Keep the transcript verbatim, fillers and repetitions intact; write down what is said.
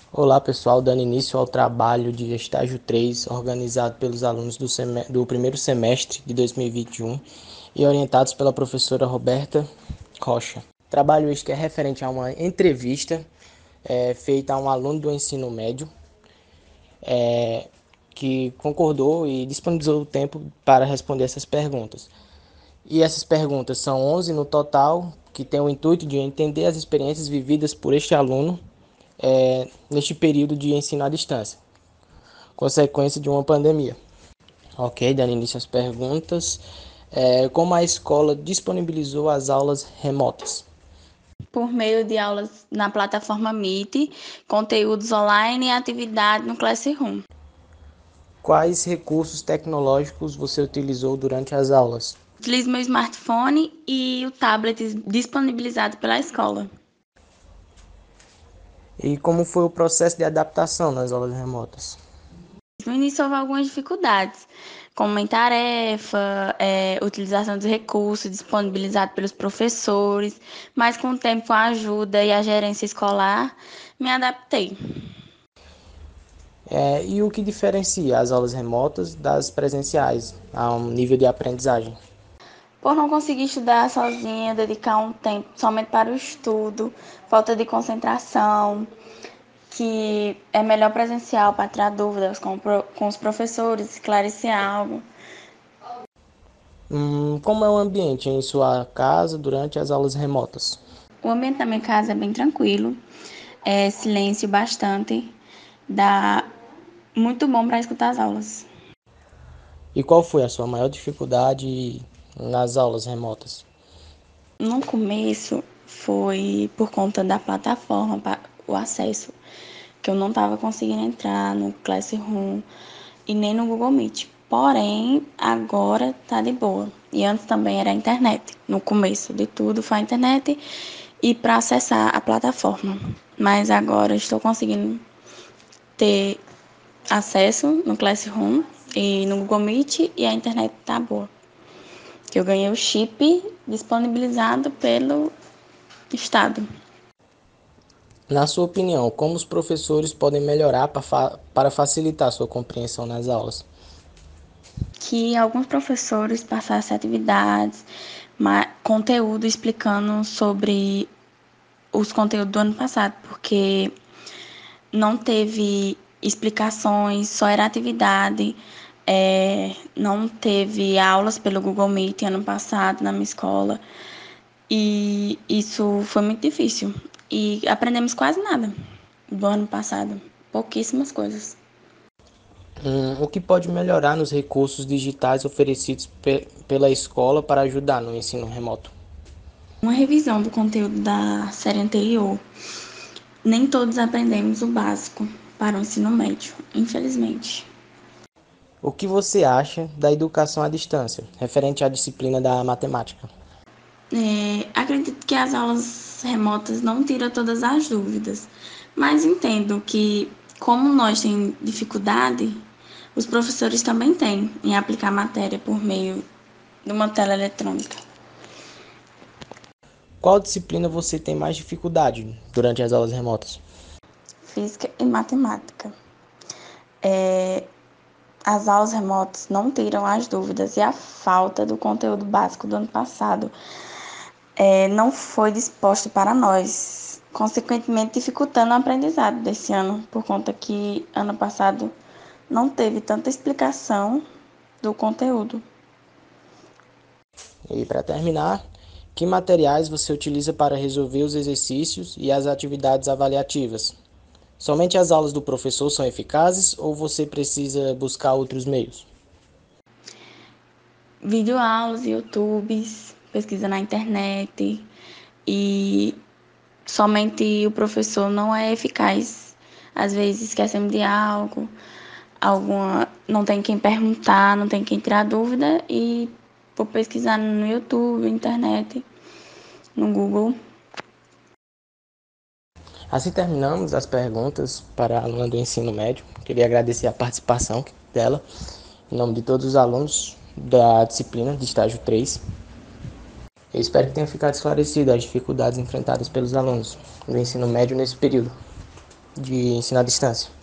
Olá pessoal, dando início ao trabalho de estágio três, organizado pelos alunos do, sem... do primeiro semestre de dois mil e vinte e um e orientados pela professora Roberta Rocha. Trabalho este que é referente a uma entrevista é, feita a um aluno do ensino médio é, que concordou e disponibilizou o tempo para responder essas perguntas. E essas perguntas são onze no total, que tem o intuito de entender as experiências vividas por este aluno é, neste período de ensino à distância, consequência de uma pandemia. Ok, dando início às perguntas. É, como a escola disponibilizou as aulas remotas? Por meio de aulas na plataforma Meet, conteúdos online e atividade no Classroom. Quais recursos tecnológicos você utilizou durante as aulas? Utilizo meu smartphone e o tablet disponibilizado pela escola. E como foi o processo de adaptação nas aulas remotas? No início houve algumas dificuldades, como em tarefa, é, utilização dos recursos disponibilizados pelos professores, mas com o tempo, a ajuda e a gerência escolar, me adaptei. É, e o que diferencia as aulas remotas das presenciais a um nível de aprendizagem? Por não conseguir estudar sozinha, dedicar um tempo somente para o estudo, falta de concentração, que é melhor presencial para tirar dúvidas com, com os professores, esclarecer algo. Hum, como é o ambiente em sua casa durante as aulas remotas? O ambiente da minha casa é bem tranquilo, é silêncio bastante, dá muito bom para escutar as aulas. E qual foi a sua maior dificuldade nas aulas remotas? No começo foi por conta da plataforma, o acesso, que eu não estava conseguindo entrar no Classroom e nem no Google Meet. Porém, agora tá de boa. E antes também era a internet. No começo de tudo foi a internet e para acessar a plataforma. Mas agora estou conseguindo ter acesso no Classroom e no Google Meet e a internet tá boa. Que eu ganhei o chip disponibilizado pelo Estado. Na sua opinião, como os professores podem melhorar para, fa para facilitar sua compreensão nas aulas? Que alguns professores passassem atividades, conteúdo explicando sobre os conteúdos do ano passado, porque não teve explicações, só era atividade, é, não teve aulas pelo Google Meet ano passado na minha escola, e isso foi muito difícil. E aprendemos quase nada do ano passado, pouquíssimas coisas. Hum, o que pode melhorar nos recursos digitais oferecidos pe pela escola para ajudar no ensino remoto? Uma revisão do conteúdo da série anterior. Nem todos aprendemos o básico para o ensino médio, infelizmente. O que você acha da educação à distância, referente à disciplina da matemática? É, acredito que as aulas remotas não tiram todas as dúvidas, mas entendo que, como nós temos dificuldade, os professores também têm em aplicar matéria por meio de uma tela eletrônica. Qual disciplina você tem mais dificuldade durante as aulas remotas? Física e matemática. É, as aulas remotas não tiram as dúvidas e a falta do conteúdo básico do ano passado é, não foi disposto para nós, consequentemente dificultando o aprendizado desse ano, por conta que ano passado não teve tanta explicação do conteúdo. E para terminar, que materiais você utiliza para resolver os exercícios e as atividades avaliativas? Somente as aulas do professor são eficazes ou você precisa buscar outros meios? Videoaulas, YouTubes, pesquisa na internet e somente o professor não é eficaz. Às vezes esquecemos de algo, alguma, não tem quem perguntar, não tem quem tirar dúvida e por pesquisar no YouTube, na internet, no Google. Assim terminamos as perguntas para a aluna do ensino médio. Queria agradecer a participação dela, em nome de todos os alunos da disciplina de estágio três. Eu espero que tenha ficado esclarecido as dificuldades enfrentadas pelos alunos do ensino médio nesse período. de ensino à distância.